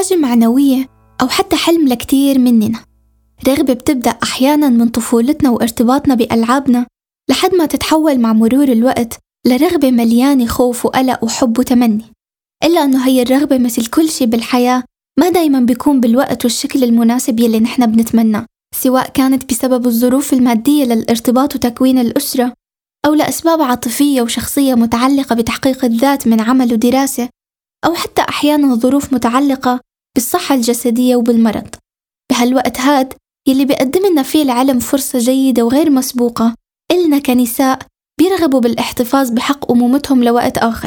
حاجة معنوية أو حتى حلم لكتير مننا. رغبة بتبدأ أحياناً من طفولتنا وارتباطنا بألعابنا لحد ما تتحول مع مرور الوقت لرغبة مليانة خوف وقلق وحب وتمني. إلا أنه هي الرغبة مثل كل شيء بالحياة ما دايماً بيكون بالوقت والشكل المناسب يلي نحن بنتمناه، سواء كانت بسبب الظروف المادية للارتباط وتكوين الأسرة، أو لأسباب عاطفية وشخصية متعلقة بتحقيق الذات من عمل ودراسة، أو حتى أحياناً ظروف متعلقة بالصحة الجسدية وبالمرض. بهالوقت هاد يلي بيقدم لنا فيه العلم فرصة جيدة وغير مسبوقة إلنا كنساء بيرغبوا بالاحتفاظ بحق أمومتهم لوقت آخر.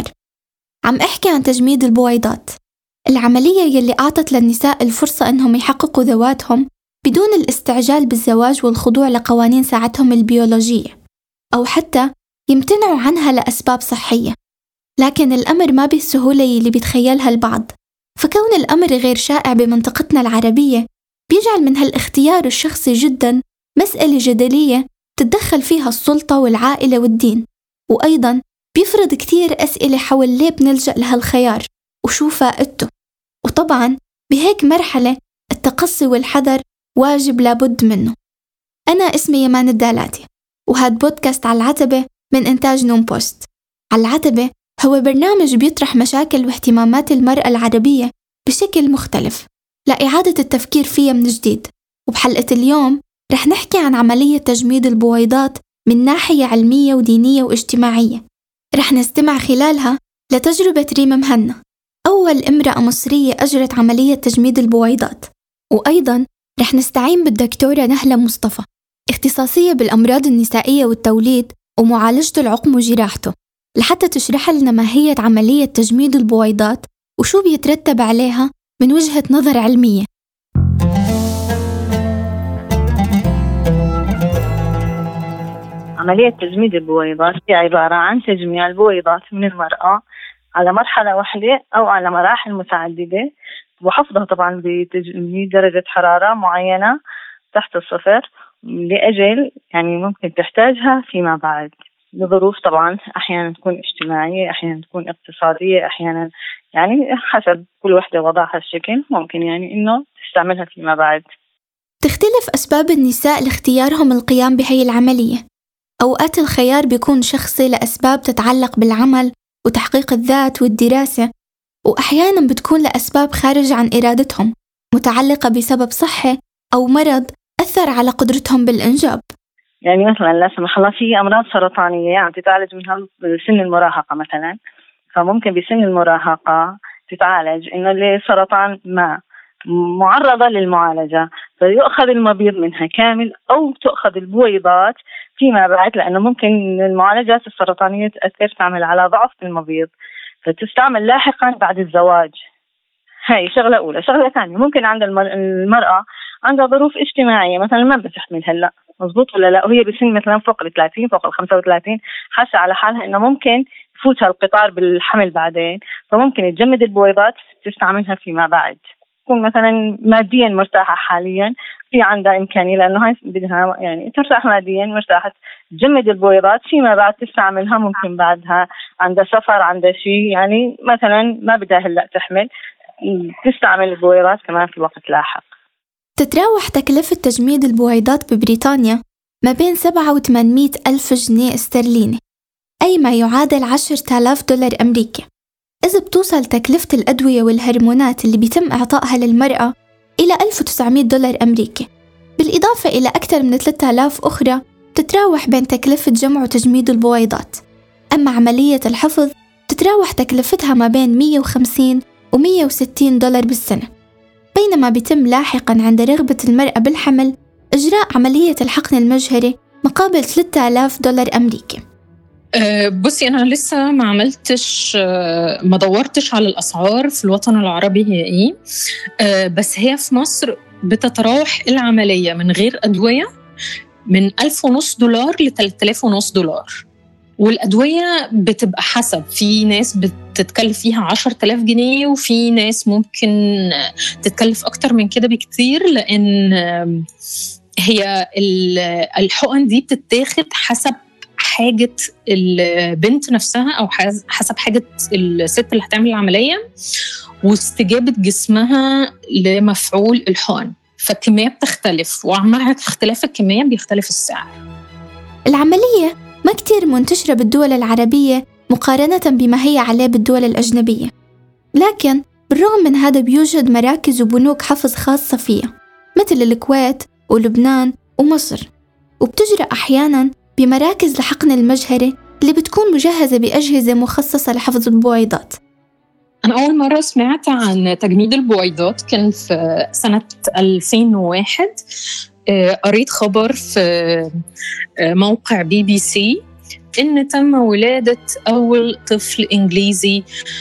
عم أحكي عن تجميد البويضات، العملية يلي أعطت للنساء الفرصة أنهم يحققوا ذواتهم بدون الاستعجال بالزواج والخضوع لقوانين ساعتهم البيولوجية، أو حتى يمتنعوا عنها لأسباب صحية. لكن الأمر ما بالسهولة يلي بيتخيلها البعض، فكون الأمر غير شائع بمنطقتنا العربية بيجعل من هالاختيار الشخصي جداً مسألة جدلية تتدخل فيها السلطة والعائلة والدين، وأيضاً بيفرض كتير أسئلة حول ليه بنلجأ لهالخيار وشو فائدته. وطبعاً بهيك مرحلة التقصي والحذر واجب لابد منه. أنا اسمي يمان الدالاتي، وهاد بودكاست على العتبة من إنتاج نون بوست. على العتبة هو برنامج بيطرح مشاكل واهتمامات المرأة العربية بشكل مختلف لإعادة التفكير فيها من جديد. وبحلقة اليوم رح نحكي عن عملية تجميد البويضات من ناحية علمية ودينية واجتماعية. رح نستمع خلالها لتجربة ريم مهنا، أول امرأة مصرية أجرت عملية تجميد البويضات. وأيضاً رح نستعين بالدكتورة نهلة مصطفى، اختصاصية بالأمراض النسائية والتوليد ومعالجة العقم وجراحته، لحتى تشرح لنا ماهية عملية تجميد البويضات وشو بيترتب عليها من وجهة نظر علمية. عملية تجميد البويضات هي عبارة عن تجميع البويضات من المرأة على مرحلة واحدة أو على مراحل متعددة، وحفظها طبعا بتجميد درجة حرارة معينة تحت الصفر، لأجل يعني ممكن تحتاجها فيما بعد لظروف طبعا أحيانا تكون اجتماعية، أحيانا تكون اقتصادية، أحيانا يعني حسب كل وحدة وضعها الشكل ممكن يعني إنه تستعملها فيما بعد. تختلف أسباب النساء لاختيارهم القيام بهي العملية. أوقات الخيار بيكون شخصي لأسباب تتعلق بالعمل وتحقيق الذات والدراسة، وأحياناً بتكون لأسباب خارج عن إرادتهم متعلقة بسبب صحي أو مرض أثر على قدرتهم بالإنجاب. يعني مثلا لا سمح الله في أمراض سرطانية عم تتعالج منها بسن المراهقة مثلا، فممكن بسن المراهقة تتعالج إنه لسرطان ما معرضة للمعالجة، فيؤخذ المبيض منها كامل أو تؤخذ البويضات فيما بعد، لأنه ممكن المعالجات السرطانية تأثر تعمل على ضعف المبيض فتستعمل لاحقا بعد الزواج. هاي شغلة أولى. شغلة ثانية، ممكن عند المرأة عندها ظروف اجتماعية مثلا ما بتحمل هلأ، مزبوط ولا لا، وهي بسن مثلا فوق 30 فوق 35 حاسة على حالها إنه ممكن يفوتها القطار بالحمل بعدين، فممكن تجمد البويضات تستعملها فيما بعد. تكون مثلا ماديا مرتاحة حاليا، في عندها إمكانية لأنه هاي بدها يعني ترتاح ماديا مرتاحة، تجمد البويضات فيما بعد تستعملها. ممكن بعدها عندها سفر عندها شيء يعني مثلا ما بدها هلأ تحمل، تستعمل البويضات كمان في وقت لاحق. تتراوح تكلفة تجميد البويضات ببريطانيا ما بين 7 و800 ألف جنيه استرليني، أي ما يعادل 10,000 دولار أمريكي. إذا بتوصل تكلفة الأدوية والهرمونات اللي بيتم إعطائها للمرأة إلى 1900 دولار أمريكي، بالإضافة إلى أكثر من 3000 أخرى تتراوح بين تكلفة جمع وتجميد البويضات. أما عملية الحفظ تتراوح تكلفتها ما بين 150 و160 دولار بالسنة، بينما بيتم لاحقاً عند رغبة المرأة بالحمل إجراء عملية الحقن المجهري مقابل 3000 دولار أمريكي. بصي أنا لسه ما عملتش ما دورتش على الأسعار في الوطن العربي هي إيه، بس هي في مصر بتتراوح العملية من غير أدوية من 1,500 دولار ل 3,500 دولار، والأدوية بتبقى حسب، في ناس بتتكلف فيها 10,000 جنيه وفي ناس ممكن تتكلف أكتر من كده بكتير، لأن هي الحقن دي بتتاخد حسب حاجة البنت نفسها أو حسب حاجة الست اللي هتعمل العملية واستجابة جسمها لمفعول الحقن، فالكمية بتختلف، ومع اختلاف الكمية بيختلف السعر. العملية ما كتير منتشرة بالدول العربية مقارنة بما هي عليه بالدول الأجنبية، لكن بالرغم من هذا بيوجد مراكز وبنوك حفظ خاصة فيها مثل الكويت ولبنان ومصر، وبتجرى أحياناً بمراكز لحقن المجهرة اللي بتكون مجهزة بأجهزة مخصصة لحفظ البويضات. أنا أول مرة سمعت عن تجميد البويضات كان في سنة 2001. قريت خبر في موقع BBC إن تم ولادة أول طفل إنجليزي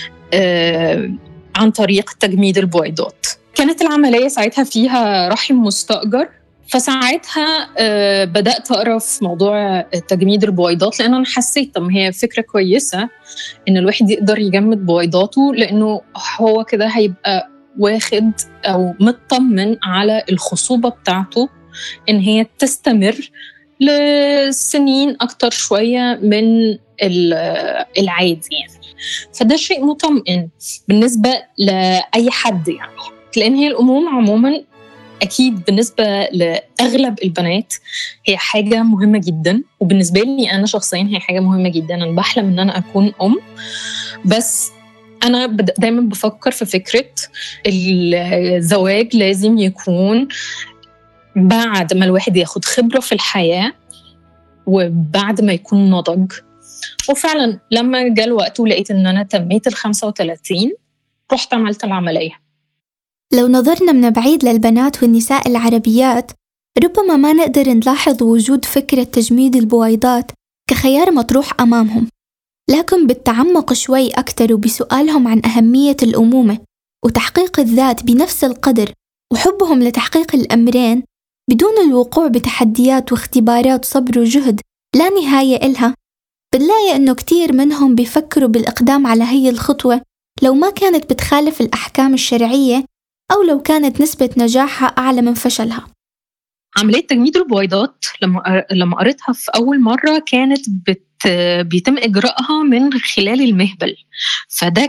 عن طريق تجميد البويضات. كانت العملية ساعتها فيها رحم مستأجر، فساعتها بدأت أقرأ في موضوع تجميد البويضات، لأن أنا حسيت طب هي فكرة كويسة إن الواحد يقدر يجمد بويضاته، لأنه هو كده هيبقى واخد أو مطمن على الخصوبة بتاعته إن هي تستمر لسنين أكتر شوية من العادي يعني. فده شيء مطمئن بالنسبة لأي حد يعني، لأن هي الأمومة عموماً أكيد بالنسبة لأغلب البنات هي حاجة مهمة جداً، وبالنسبة لي أنا شخصياً هي حاجة مهمة جداً. أنا بحلم إن أنا أكون أم، بس أنا دايماً بفكر في فكرة الزواج لازم يكون بعد ما الواحد ياخد خبرة في الحياة وبعد ما يكون نضج. وفعلاً لما جاء الوقت ولقيت إن أنا تميت 35 رحت عملت العملية. لو نظرنا من بعيد للبنات والنساء العربيات، ربما ما نقدر نلاحظ وجود فكرة تجميد البويضات كخيار مطروح أمامهم، لكن بالتعمق شوي أكتر وبسؤالهم عن أهمية الأمومة وتحقيق الذات بنفس القدر وحبهم لتحقيق الأمرين بدون الوقوع بتحديات واختبارات صبر وجهد لا نهاية إلها، بنلاقي إنه كتير منهم بيفكروا بالإقدام على هي الخطوة لو ما كانت بتخالف الأحكام الشرعية أو لو كانت نسبة نجاحها أعلى من فشلها. عملية تجميد البويضات لما قريتها في أول مرة كانت بيتم إجراءها من خلال المهبل، فده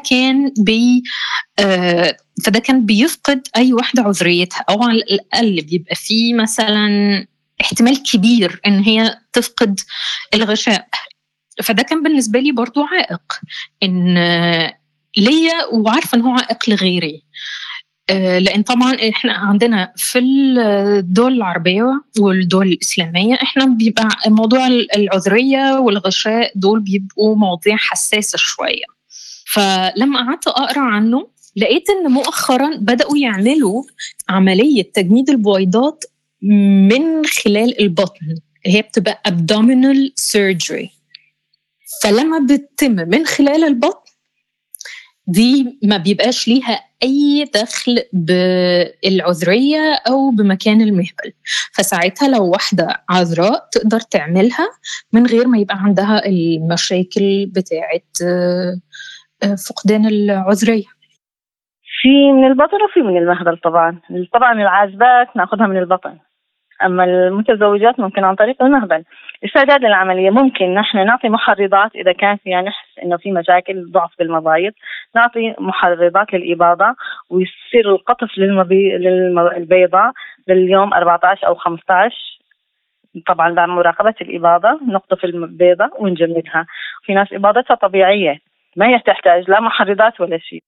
كان بيفقد أي واحدة عذريتها، أو على الأقل بيبقى فيه مثلا احتمال كبير إن هي تفقد الغشاء. فده كان بالنسبة لي برضو عائق إن ليا، وعارفة إنه عائق لغيري، لأن طبعاً إحنا عندنا في الدول العربية والدول الإسلامية إحنا بيبقى موضوع العذرية والغشاء دول بيبقوا مواضيع حساسة شوية. فلما قعدت أقرأ عنه لقيت إن مؤخراً بدأوا يعملوا عملية تجميد البويضات من خلال البطن، هي بتبقى abdominal surgery. فلما بتتم من خلال البطن دي ما بيبقاش ليها أي دخل بالعذرية أو بمكان المهبل، فساعتها لو واحدة عذراء تقدر تعملها من غير ما يبقى عندها المشاكل بتاعة فقدان العذرية. في من البطن وفي من المهبل. طبعا العازبات نأخذها من البطن، أما المتزوجات ممكن عن طريق المهبل. استعداد للعملية ممكن نحن نعطي محرضات إذا كان فيها نحس إنه في مشاكل ضعف بالمبايض، نعطي محرضات للإباضة ويصير القطف للبيضة لليوم 14 أو 15. طبعا بعد مراقبة الإباضة نقطف البيضة ونجمدها. في ناس إباضتها طبيعية ما هي تحتاج لا محرضات ولا شيء.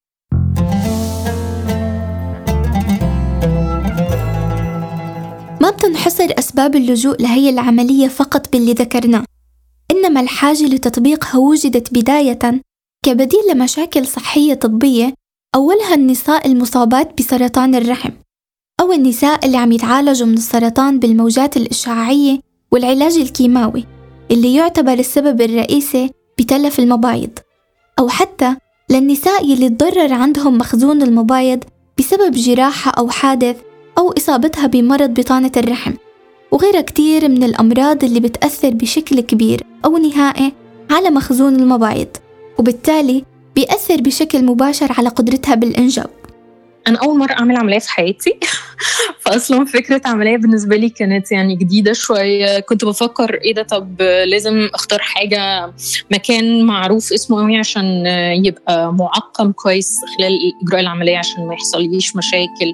ما بتنحصر أسباب اللجوء لهي العملية فقط باللي ذكرناه، إنما الحاجة لتطبيقها وجدت بداية كبديل لمشاكل صحية طبية، أولها النساء المصابات بسرطان الرحم، أو النساء اللي عم يتعالجوا من السرطان بالموجات الإشعاعية والعلاج الكيماوي اللي يعتبر السبب الرئيسي بتلف المبايض، أو حتى للنساء اللي تضرر عندهم مخزون المبايض بسبب جراحة أو حادث أو إصابتها بمرض بطانة الرحم، وغيرها كتير من الأمراض اللي بتأثر بشكل كبير أو نهائي على مخزون المبايض، وبالتالي بيأثر بشكل مباشر على قدرتها بالإنجاب. أنا أول مرة أعمل عملية في حياتي فأصلا فكرة عملية بالنسبة لي كانت يعني جديدة شوية. كنت بفكر إيه ده، طب لازم أختار حاجة مكان معروف اسمه قوي عشان يبقى معقم كويس خلال إجراء العملية عشان ما يحصليش مشاكل.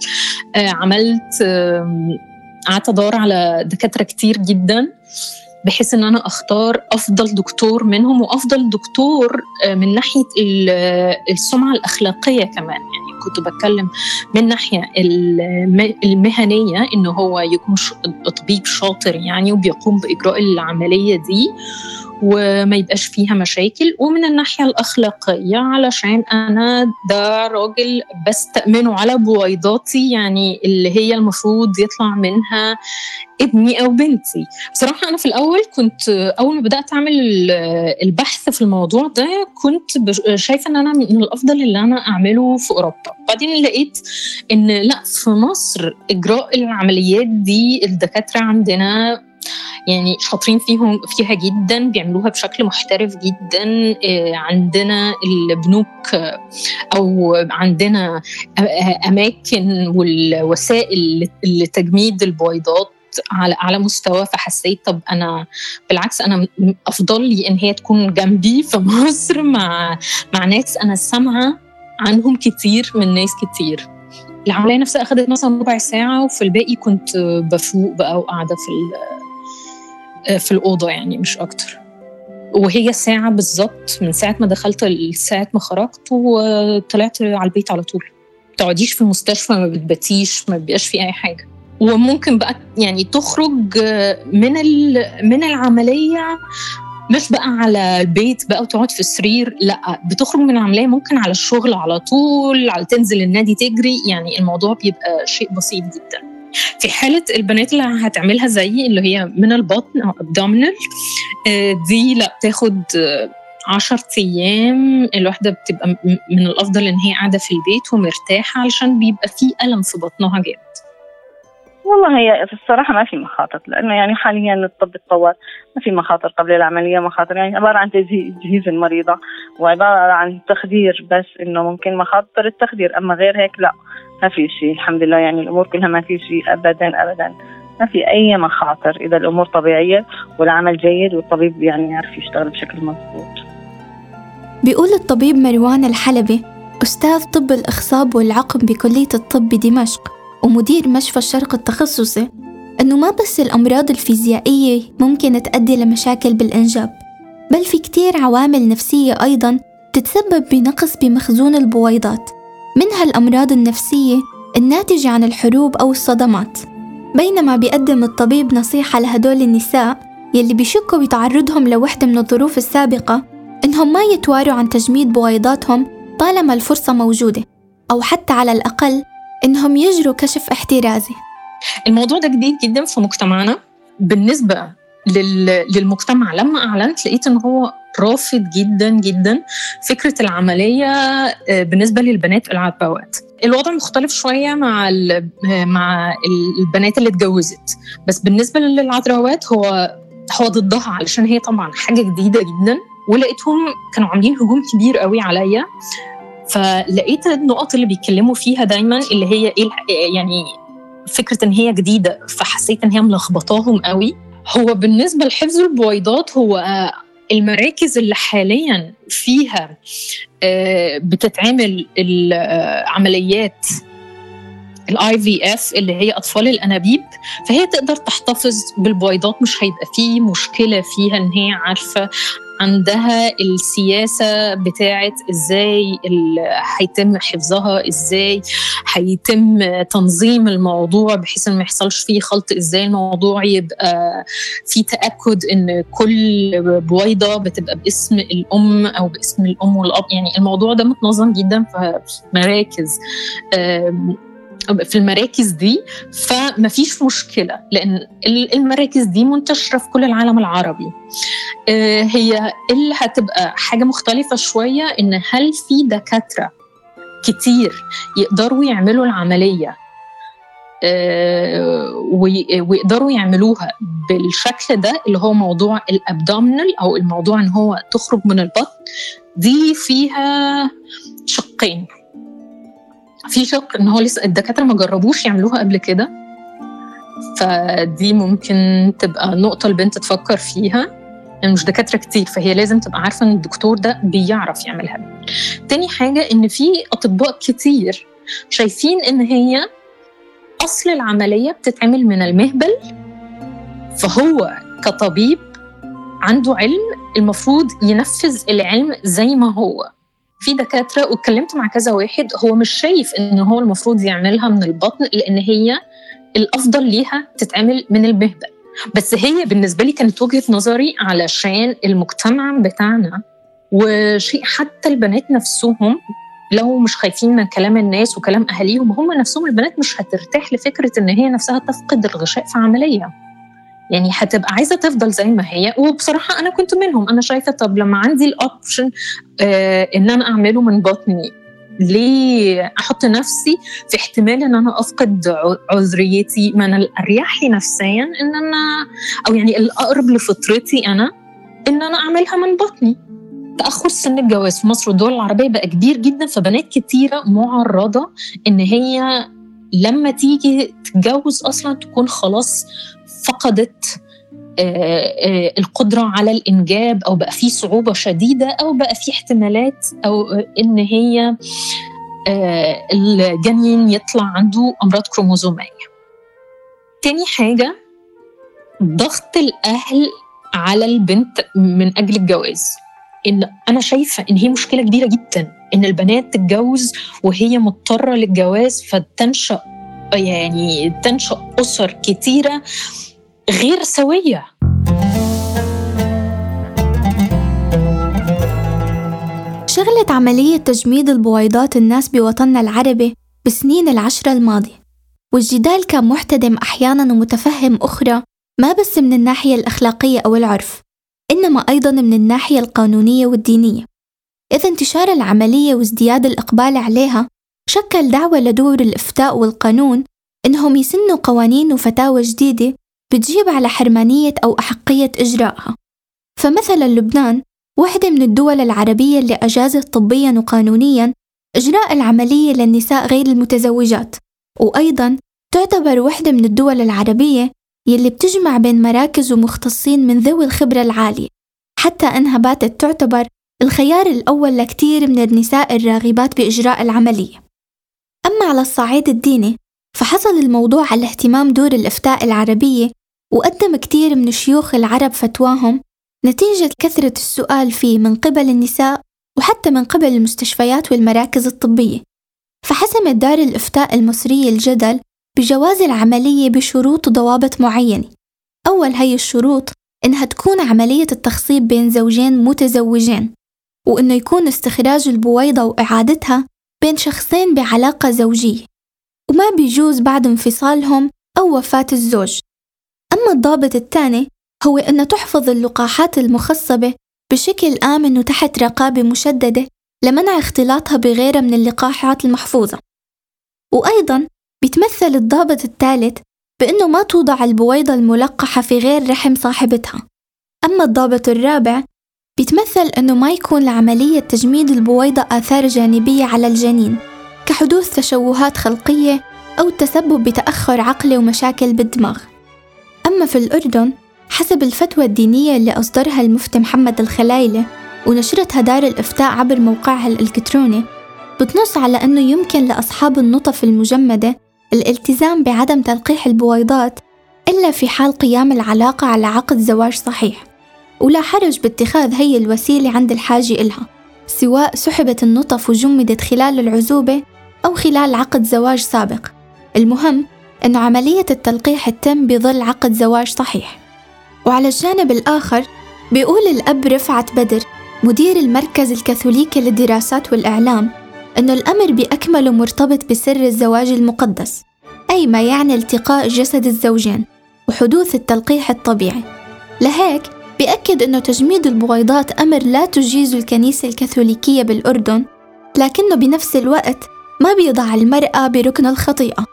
قعدت أدور على دكاترة كتير جدا بحيث ان انا اختار افضل دكتور منهم، وافضل دكتور من ناحيه السمعه الاخلاقيه كمان. يعني كنت بتكلم من ناحيه المهنيه انه هو يكون طبيب شاطر يعني وبيقوم باجراء العمليه دي وما يبقاش فيها مشاكل، ومن الناحية الأخلاقية علشان أنا ده راجل بستأمنه على بويضاتي، يعني اللي هي المفروض يطلع منها ابني أو بنتي. بصراحة أنا في الأول كنت أول ما بدأت أعمل البحث في الموضوع ده كنت شايفة أن أنا من الأفضل اللي أنا أعمله في أوروبا. بعدين لقيت أن لا، في مصر إجراء العمليات دي الدكاترة عندنا يعني شاطرين فيها جدا، بيعملوها بشكل محترف جدا. عندنا البنوك أو عندنا أماكن والوسائل لتجميد البويضات على مستوى. فحسيت طب أنا بالعكس أنا أفضل لي إن هي تكون جنبي في مصر مع ناس أنا سامعة عنهم كتير من ناس كتير. العملية نفسها أخذت مثلا ربع ساعة، وفي الباقي كنت بفوق بقى وقاعدة في الأوضة يعني مش أكتر. وهي ساعة بالضبط من ساعة ما دخلت لساعة ما خرجت وطلعت على البيت على طول. تقعديش في المستشفى، ما بتباتيش، ما بيبقاش في أي حاجة. وممكن بقى يعني تخرج من العملية مش بقى على البيت بقى وتقعد في السرير، لا، بتخرج من العملية ممكن على الشغل على طول، على تنزل النادي تجري. يعني الموضوع بيبقى شيء بسيط جدا. في حالة البنات اللي هتعملها زي اللي هي من البطن أو abdominal دي لا، تاخد 10 أيام. الواحدة بتبقى من الأفضل إن هي قاعدة في البيت ومرتاحة علشان بيبقى فيه ألم في بطنها جامد. والله هي في الصراحة ما في مخاطر، لأنه يعني حاليا الطب اتطور، ما في مخاطر قبل العملية. مخاطر يعني عبارة عن تجهيز المريضة وعبارة عن تخدير، بس إنه ممكن مخاطر التخدير، أما غير هيك لا، ما في شيء الحمد لله. يعني الأمور كلها ما في شيء أبدا أبدا، ما في أي مخاطر إذا الأمور طبيعية والعمل جيد والطبيب يعني يعرف يشتغل بشكل مضبوط. بيقول الطبيب مروان الحلبي أستاذ طب الإخصاب والعقم بكلية الطب بدمشق ومدير مشفى الشرق التخصصي أنه ما بس الأمراض الفيزيائية ممكن تؤدي لمشاكل بالإنجاب، بل في كتير عوامل نفسية أيضاً تتسبب بنقص بمخزون البويضات، منها الأمراض النفسية الناتجة عن الحروب أو الصدمات. بينما بيقدم الطبيب نصيحة لهدول النساء يلي بيشكوا بتعرضهم لوحدة من الظروف السابقة إنهم ما يتواروا عن تجميد بويضاتهم طالما الفرصة موجودة، أو حتى على الأقل إنهم يجروا كشف احترازي. الموضوع ده جديد جدا في مجتمعنا. بالنسبة للمجتمع لما أعلنت لقيت إن هو رافض جدا جدا فكرة العملية بالنسبة للبنات العذراوات. الوضع مختلف شوية مع البنات اللي اتجوزت، بس بالنسبة للعذراوات هو ضدها علشان هي طبعا حاجة جديدة جدا. ولقيتهم كانوا عاملين هجوم كبير قوي عليا، فلقيت النقط اللي بيتكلموا فيها دايما اللي هي يعني فكرة ان هي جديدة، فحسيت ان هي ملخبطاهم قوي. هو بالنسبة لحفظ البويضات هو المراكز اللي حاليا فيها بتتعمل العمليات IVF اللي هي أطفال الأنابيب، فهي تقدر تحتفظ بالبويضات، مش هيبقى فيه مشكلة فيها إن هي عارفة عندها السياسة بتاعت إزاي هيتم حفظها، إزاي هيتم تنظيم الموضوع بحيث إن ما يحصلش فيه خلط، إزاي الموضوع يبقى فيه تأكد إن كل بويضة بتبقى باسم الأم أو باسم الأم والأب. يعني الموضوع ده متنظم جدا في مراكز، في المراكز دي، فما فيش مشكلة لأن المراكز دي منتشرة في كل العالم العربي. هي اللي هتبقى حاجة مختلفة شوية إن هل في دكاترة كتير يقدروا يعملوا العملية ويقدروا يعملوها بالشكل ده اللي هو موضوع الأبدومينال أو الموضوع إن هو تخرج من البطن. دي فيها شقين. في شق إن هو لسه الدكاترة ما جربوش يعملوها قبل كده، فدي ممكن تبقى نقطة البنت تفكر فيها. يعني مش دكاترة كتير، فهي لازم تبقى عارفة إن الدكتور ده بيعرف يعملها. تاني حاجة إن في أطباء كتير شايفين إن هي أصل العملية بتتعمل من المهبل، فهو كطبيب عنده علم المفروض ينفذ العلم زي ما هو. في دكاترة واتكلمت مع كذا واحد هو مش شايف إن هو المفروض يعملها من البطن، لأن هي الأفضل ليها تتعمل من المهبل. بس هي بالنسبة لي كانت وجهة نظري علشان المجتمع بتاعنا وشيء حتى البنات نفسهم لو مش خايفين من كلام الناس وكلام أهاليهم، هم نفسهم البنات مش هترتاح لفكرة إن هي نفسها تفقد الغشاء في عملية. يعني هتبقى عايزة تفضل زي ما هي. وبصراحة أنا كنت منهم، أنا شايفة طب لما عندي الأوبشن إن أنا أعمله من بطني، ليه أحط نفسي في احتمال إن أنا أفقد عذريتي؟ ما أنا الأريح لي نفسيا إن أنا، أو يعني الأقرب لفطرتي أنا، إن أنا أعملها من بطني. تأخر سن الجواز في مصر والدول العربية بقى كبير جدا، فبنات كتيرة معرضة إن هي لما تيجي تتجوز أصلا تكون خلاص فقدت القدرة على الإنجاب، أو بقى في صعوبة شديدة، أو بقى في احتمالات، أو إن هي الجنين يطلع عنده أمراض كروموزومية. تاني حاجة ضغط الأهل على البنت من أجل الجواز. إن أنا شايفة إن هي مشكلة كبيرة جدا إن البنات تتجوز وهي مضطرة للجواز، فتنشأ أسر كتيرة غير سوية. شغلت عملية تجميد البويضات الناس بوطننا العربي بسنين 10 الماضية، والجدال كان محتدم أحياناً ومتفهم أخرى، ما بس من الناحية الأخلاقية أو العرف، إنما أيضاً من الناحية القانونية والدينية. إذا انتشار العملية وازدياد الإقبال عليها شكل دعوة لدور الإفتاء والقانون إنهم يسنوا قوانين وفتاوى جديدة بتجيب على حرمانية أو أحقية إجرائها. فمثلاً لبنان واحدة من الدول العربية اللي أجازت طبياً وقانونياً إجراء العملية للنساء غير المتزوجات، وأيضاً تعتبر واحدة من الدول العربية يلي بتجمع بين مراكز ومختصين من ذوي الخبرة العالية، حتى أنها باتت تعتبر الخيار الأول لكتير من النساء الراغبات بإجراء العملية. أما على الصعيد الديني فحصل الموضوع على اهتمام دور الإفتاء العربية، وقدم كتير من الشيوخ العرب فتواهم نتيجة كثرة السؤال فيه من قبل النساء وحتى من قبل المستشفيات والمراكز الطبية. فحسمت دار الإفتاء المصرية الجدل بجواز العملية بشروط وضوابط معينة. أول هي الشروط إنها تكون عملية التخصيب بين زوجين متزوجين، وإنه يكون استخراج البويضة وإعادتها بين شخصين بعلاقة زوجية، وما بيجوز بعد انفصالهم أو وفاة الزوج. أما الضابط الثاني هو أن تحفظ اللقاحات المخصبة بشكل آمن وتحت رقابة مشددة لمنع اختلاطها بغيرها من اللقاحات المحفوظة. وأيضاً بيتمثل الضابط الثالث بأنه ما توضع البويضة الملقحة في غير رحم صاحبتها. أما الضابط الرابع بيتمثل أنه ما يكون لعملية تجميد البويضة آثار جانبية على الجنين، كحدوث تشوهات خلقية أو التسبب بتأخر عقلي ومشاكل بالدماغ. أما في الأردن حسب الفتوى الدينية اللي أصدرها المفتي محمد الخلايلة ونشرتها دار الإفتاء عبر موقعها الإلكتروني، بتنص على أنه يمكن لأصحاب النطف المجمدة الالتزام بعدم تلقيح البويضات إلا في حال قيام العلاقة على عقد زواج صحيح، ولا حرج باتخاذ هي الوسيلة عند الحاجة إلها، سواء سحبت النطف وجمدت خلال العزوبة أو خلال عقد زواج سابق. المهم أن عملية التلقيح تتم بظل عقد زواج صحيح. وعلى الجانب الآخر بيقول الأب رفعت بدر مدير المركز الكاثوليكي للدراسات والإعلام أنه الأمر بأكمله مرتبط بسر الزواج المقدس، أي ما يعني التقاء جسد الزوجين وحدوث التلقيح الطبيعي. لهيك بيأكد أنه تجميد البويضات أمر لا تجيز الكنيسة الكاثوليكية بالأردن، لكنه بنفس الوقت ما بيضع المرأة بركن الخطيئة.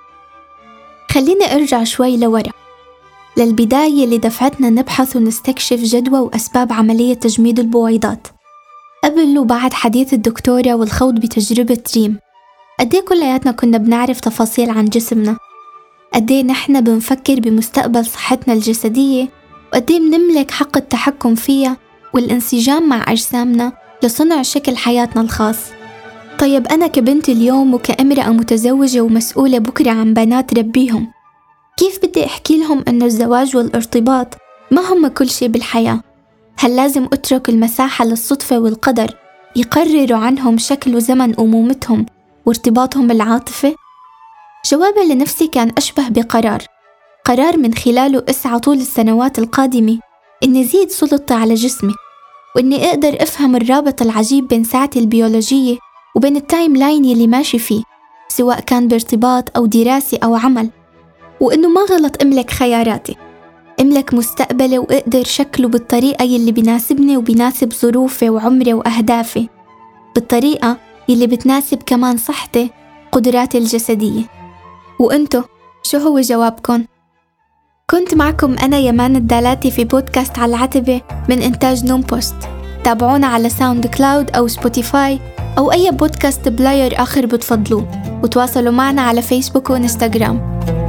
خليني أرجع شوي لورا للبداية اللي دفعتنا نبحث ونستكشف جدوى وأسباب عملية تجميد البويضات. قبل وبعد حديث الدكتورة والخوض بتجربة ريم قديه كلياتنا كنا بنعرف تفاصيل عن جسمنا، قديه نحن بنفكر بمستقبل صحتنا الجسدية، وقديه بنملك حق التحكم فيها والانسجام مع أجسامنا لصنع شكل حياتنا الخاص. طيب أنا كبنت اليوم وكامرأة متزوجة ومسؤولة بكرة عن بنات ربيهم، كيف بدي أحكي لهم إنه الزواج والارتباط ما هم كل شيء بالحياة؟ هل لازم أترك المساحة للصدفة والقدر يقرروا عنهم شكل وزمن أمومتهم وارتباطهم العاطفي؟ جوابي لنفسي كان أشبه قرار من خلاله أسعى طول السنوات القادمة إني زيد سلطتي على جسمي، وإني أقدر أفهم الرابط العجيب بين ساعتي البيولوجية وبين التايم لاين يلي ماشي فيه، سواء كان بارتباط أو دراسة أو عمل، وإنه ما غلط أملك خياراتي، أملك مستقبلي وأقدر شكله بالطريقة يلي بناسبني وبناسب ظروفي وعمري وأهدافي، بالطريقة يلي بتناسب كمان صحتي قدراتي الجسدية. وإنتو شو هو جوابكن؟ كنت معكم أنا يمان الدالاتي في بودكاست على العتبة من إنتاج نوم بوست. تابعونا على ساوند كلاود أو سبوتيفاي أو أي بودكاست بلاير آخر بتفضلوه، وتواصلوا معنا على فيسبوك وإنستغرام.